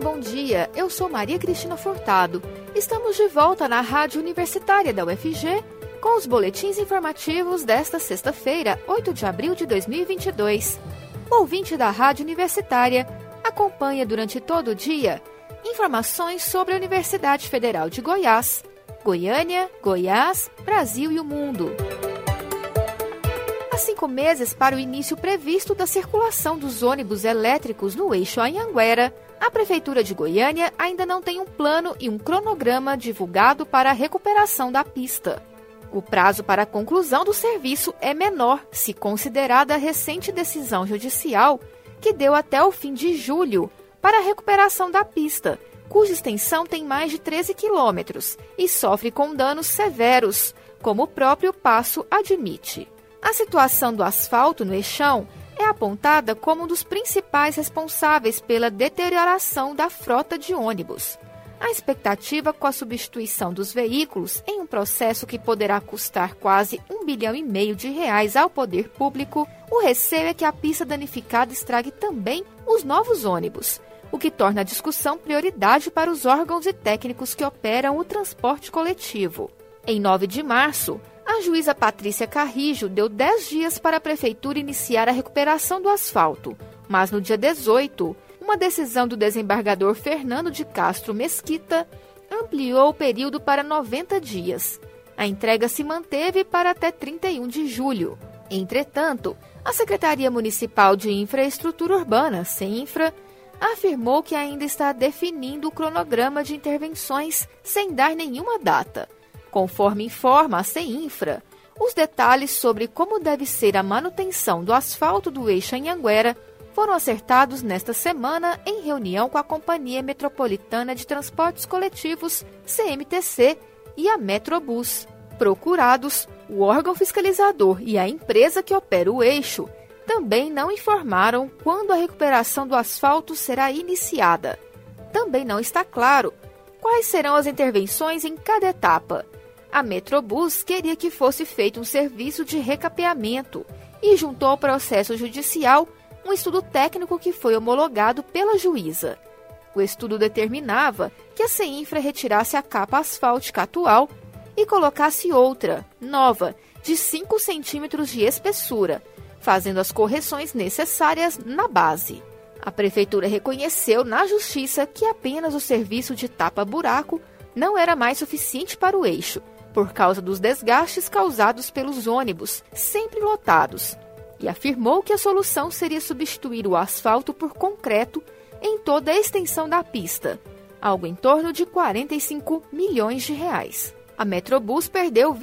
bom dia. Eu sou Maria Cristina Furtado. Estamos de volta na Rádio Universitária da UFG com os boletins informativos desta sexta-feira, 8 de abril de 2022. O ouvinte da Rádio Universitária acompanha durante todo o dia informações sobre a Universidade Federal de Goiás, Goiânia, Goiás, Brasil e o mundo. Há 5 meses para o início previsto da circulação dos ônibus elétricos no eixo Anhanguera, a Prefeitura de Goiânia ainda não tem um plano e um cronograma divulgado para a recuperação da pista. O prazo para a conclusão do serviço é menor, se considerada a recente decisão judicial que deu até o fim de julho para a recuperação da pista, cuja extensão tem mais de 13 quilômetros e sofre com danos severos, como o próprio Paço admite. A situação do asfalto no eixão é apontada como um dos principais responsáveis pela deterioração da frota de ônibus. A expectativa com a substituição dos veículos em um processo que poderá custar quase R$1,5 bilhão ao poder público, o receio é que a pista danificada estrague também os novos ônibus, o que torna a discussão prioridade para os órgãos e técnicos que operam o transporte coletivo. Em 9 de março, a juíza Patrícia Carrijo deu 10 dias para a Prefeitura iniciar a recuperação do asfalto, mas no dia 18, uma decisão do desembargador Fernando de Castro Mesquita ampliou o período para 90 dias. A entrega se manteve para até 31 de julho. Entretanto, a Secretaria Municipal de Infraestrutura Urbana, CEINFRA, afirmou que ainda está definindo o cronograma de intervenções sem dar nenhuma data. Conforme informa a CEINFRA, os detalhes sobre como deve ser a manutenção do asfalto do eixo Anhanguera foram acertados nesta semana em reunião com a Companhia Metropolitana de Transportes Coletivos, CMTC, e a Metrobus. Procurados, o órgão fiscalizador e a empresa que opera o eixo também não informaram quando a recuperação do asfalto será iniciada. Também não está claro quais serão as intervenções em cada etapa. A Metrobus queria que fosse feito um serviço de recapeamento e juntou ao processo judicial um estudo técnico que foi homologado pela juíza. O estudo determinava que a CEINFRA retirasse a capa asfáltica atual e colocasse outra, nova, de 5 centímetros de espessura, fazendo as correções necessárias na base. A Prefeitura reconheceu na Justiça que apenas o serviço de tapa-buraco não era mais suficiente para o eixo, por causa dos desgastes causados pelos ônibus, sempre lotados, e afirmou que a solução seria substituir o asfalto por concreto em toda a extensão da pista, algo em torno de R$45 milhões. A Metrobus perdeu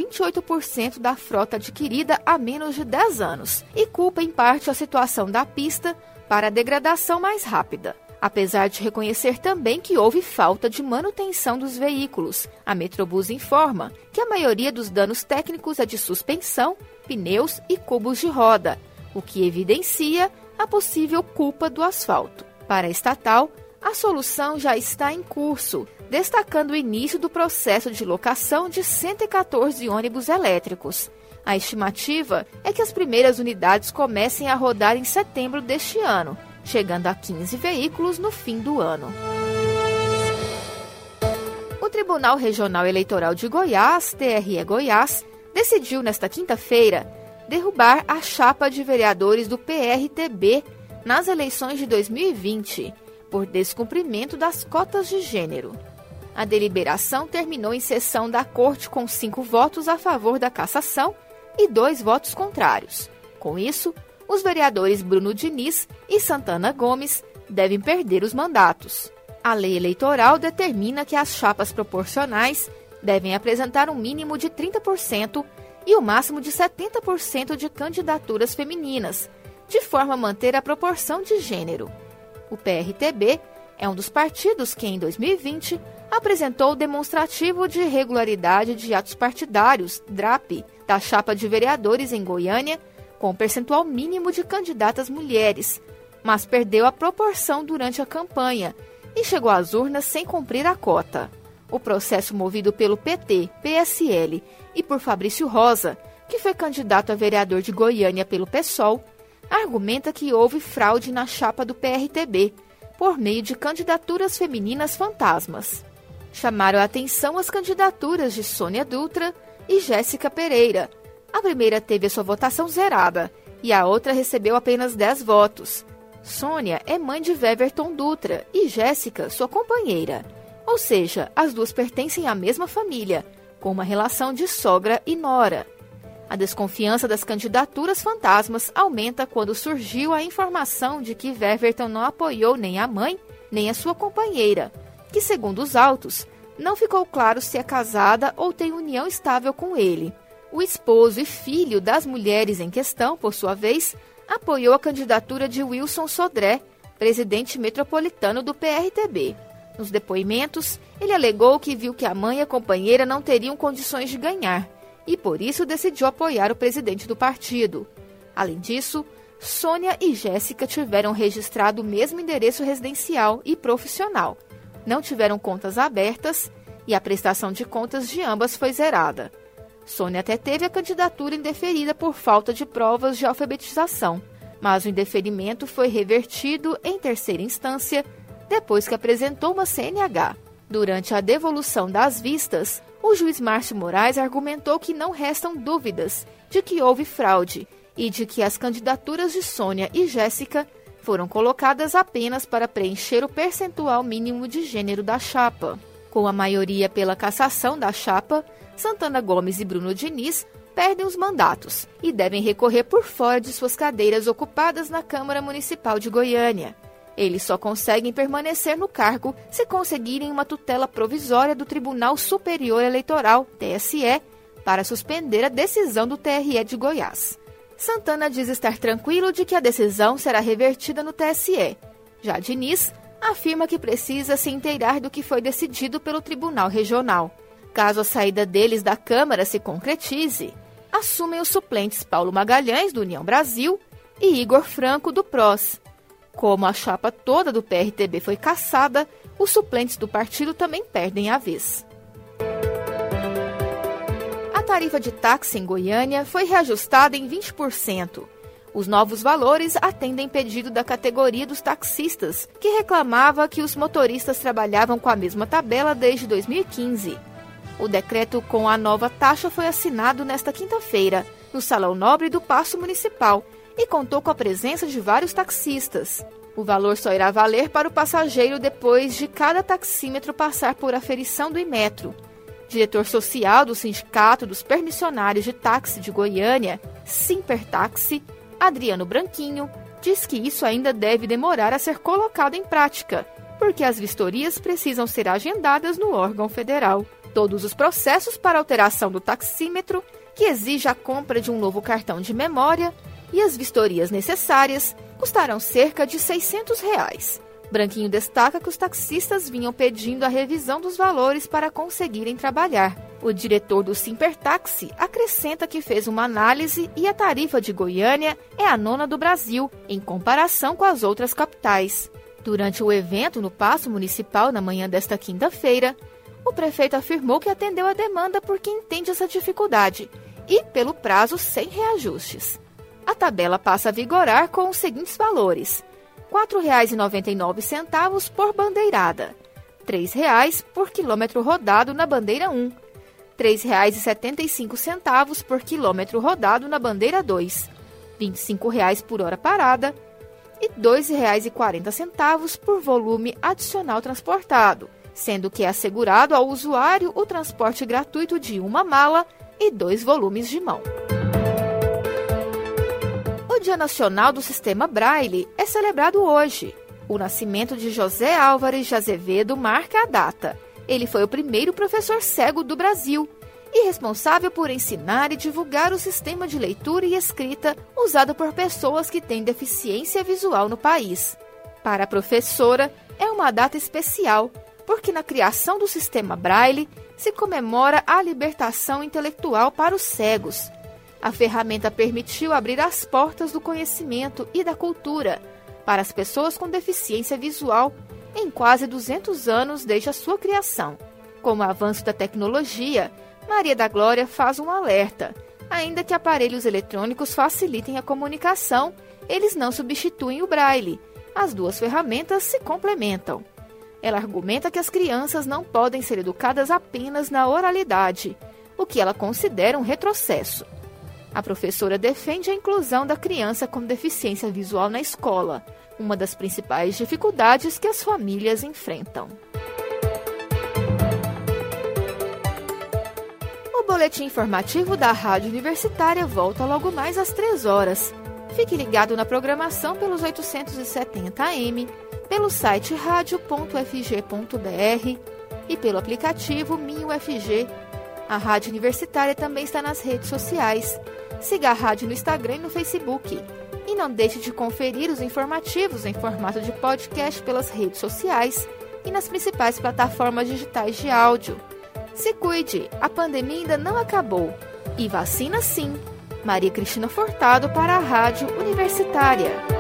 28% da frota adquirida há menos de 10 anos e culpa em parte a situação da pista para a degradação mais rápida. Apesar de reconhecer também que houve falta de manutenção dos veículos, a Metrobus informa que a maioria dos danos técnicos é de suspensão, pneus e cubos de roda, o que evidencia a possível culpa do asfalto. Para a estatal, a solução já está em curso, destacando o início do processo de locação de 114 ônibus elétricos. A estimativa é que as primeiras unidades comecem a rodar em setembro deste ano, chegando a 15 veículos no fim do ano. O Tribunal Regional Eleitoral de Goiás, TRE Goiás, decidiu nesta quinta-feira derrubar a chapa de vereadores do PRTB nas eleições de 2020, por descumprimento das cotas de gênero. A deliberação terminou em sessão da Corte com 5 votos a favor da cassação e 2 votos contrários. Com isso, os vereadores Bruno Diniz e Santana Gomes devem perder os mandatos. A lei eleitoral determina que as chapas proporcionais devem apresentar um mínimo de 30% e o máximo de 70% de candidaturas femininas, de forma a manter a proporção de gênero. O PRTB é um dos partidos que, em 2020, apresentou o demonstrativo de irregularidade de atos partidários, DRAP, da chapa de vereadores em Goiânia, com percentual mínimo de candidatas mulheres, mas perdeu a proporção durante a campanha e chegou às urnas sem cumprir a cota. O processo movido pelo PT, PSL e por Fabrício Rosa, que foi candidato a vereador de Goiânia pelo PSOL, argumenta que houve fraude na chapa do PRTB, por meio de candidaturas femininas fantasmas. Chamaram a atenção as candidaturas de Sônia Dutra e Jéssica Pereira. A primeira teve a sua votação zerada e a outra recebeu apenas 10 votos. Sônia é mãe de Weverton Dutra e Jéssica, sua companheira. Ou seja, as duas pertencem à mesma família, com uma relação de sogra e nora. A desconfiança das candidaturas fantasmas aumenta quando surgiu a informação de que Weverton não apoiou nem a mãe, nem a sua companheira, que, segundo os autos, não ficou claro se é casada ou tem união estável com ele. O esposo e filho das mulheres em questão, por sua vez, apoiou a candidatura de Wilson Sodré, presidente metropolitano do PRTB. Nos depoimentos, ele alegou que viu que a mãe e a companheira não teriam condições de ganhar, e por isso decidiu apoiar o presidente do partido. Além disso, Sônia e Jéssica tiveram registrado o mesmo endereço residencial e profissional. Não tiveram contas abertas e a prestação de contas de ambas foi zerada. Sônia até teve a candidatura indeferida por falta de provas de alfabetização, mas o indeferimento foi revertido em terceira instância depois que apresentou uma CNH. Durante a devolução das vistas, o juiz Márcio Moraes argumentou que não restam dúvidas de que houve fraude e de que as candidaturas de Sônia e Jéssica foram colocadas apenas para preencher o percentual mínimo de gênero da chapa. Com a maioria pela cassação da chapa, Santana Gomes e Bruno Diniz perdem os mandatos e devem recorrer por fora de suas cadeiras ocupadas na Câmara Municipal de Goiânia. Eles só conseguem permanecer no cargo se conseguirem uma tutela provisória do Tribunal Superior Eleitoral, TSE, para suspender a decisão do TRE de Goiás. Santana diz estar tranquilo de que a decisão será revertida no TSE. Já Diniz afirma que precisa se inteirar do que foi decidido pelo Tribunal Regional. Caso a saída deles da Câmara se concretize, assumem os suplentes Paulo Magalhães, do União Brasil, e Igor Franco, do PROS. Como a chapa toda do PRTB foi cassada, os suplentes do partido também perdem a vez. A tarifa de táxi em Goiânia foi reajustada em 20%. Os novos valores atendem pedido da categoria dos taxistas, que reclamava que os motoristas trabalhavam com a mesma tabela desde 2015. O decreto com a nova taxa foi assinado nesta quinta-feira, no Salão Nobre do Paço Municipal, e contou com a presença de vários taxistas. O valor só irá valer para o passageiro depois de cada taxímetro passar por aferição do Imetro. Diretor social do Sindicato dos Permissionários de Táxi de Goiânia, Simpertaxi, Adriano Branquinho, diz que isso ainda deve demorar a ser colocado em prática, porque as vistorias precisam ser agendadas no órgão federal. Todos os processos para alteração do taxímetro, que exige a compra de um novo cartão de memória, e as vistorias necessárias custarão cerca de R$ 600. Branquinho destaca que os taxistas vinham pedindo a revisão dos valores para conseguirem trabalhar. O diretor do Simpertaxi acrescenta que fez uma análise e a tarifa de Goiânia é a 9ª do Brasil, em comparação com as outras capitais. Durante o evento no Paço Municipal na manhã desta quinta-feira, o prefeito afirmou que atendeu a demanda porque entende essa dificuldade e pelo prazo sem reajustes. A tabela passa a vigorar com os seguintes valores: R$ 4,99 por bandeirada, R$ 3,00 por quilômetro rodado na bandeira 1, R$ 3,75 por quilômetro rodado na bandeira 2, R$ 25,00 por hora parada e R$ 2,40 por volume adicional transportado, sendo que é assegurado ao usuário o transporte gratuito de uma mala e 2 volumes de mão. O Dia Nacional do Sistema Braille é celebrado hoje. O nascimento de José Álvares de Azevedo marca a data. Ele foi o primeiro professor cego do Brasil e responsável por ensinar e divulgar o sistema de leitura e escrita usado por pessoas que têm deficiência visual no país. Para a professora, é uma data especial, porque na criação do sistema Braille se comemora a libertação intelectual para os cegos. A ferramenta permitiu abrir as portas do conhecimento e da cultura para as pessoas com deficiência visual em quase 200 anos desde a sua criação. Com o avanço da tecnologia, Maria da Glória faz um alerta. Ainda que aparelhos eletrônicos facilitem a comunicação, eles não substituem o Braille. As duas ferramentas se complementam. Ela argumenta que as crianças não podem ser educadas apenas na oralidade, o que ela considera um retrocesso. A professora defende a inclusão da criança com deficiência visual na escola, uma das principais dificuldades que as famílias enfrentam. O boletim informativo da Rádio Universitária volta logo mais às 3 horas. Fique ligado na programação pelos 870 AM, pelo site radio.fg.br e pelo aplicativo MinUFG. A Rádio Universitária também está nas redes sociais. Siga a rádio no Instagram e no Facebook. E não deixe de conferir os informativos em formato de podcast pelas redes sociais e nas principais plataformas digitais de áudio. Se cuide, a pandemia ainda não acabou. E vacina sim! Maria Cristina Furtado para a Rádio Universitária.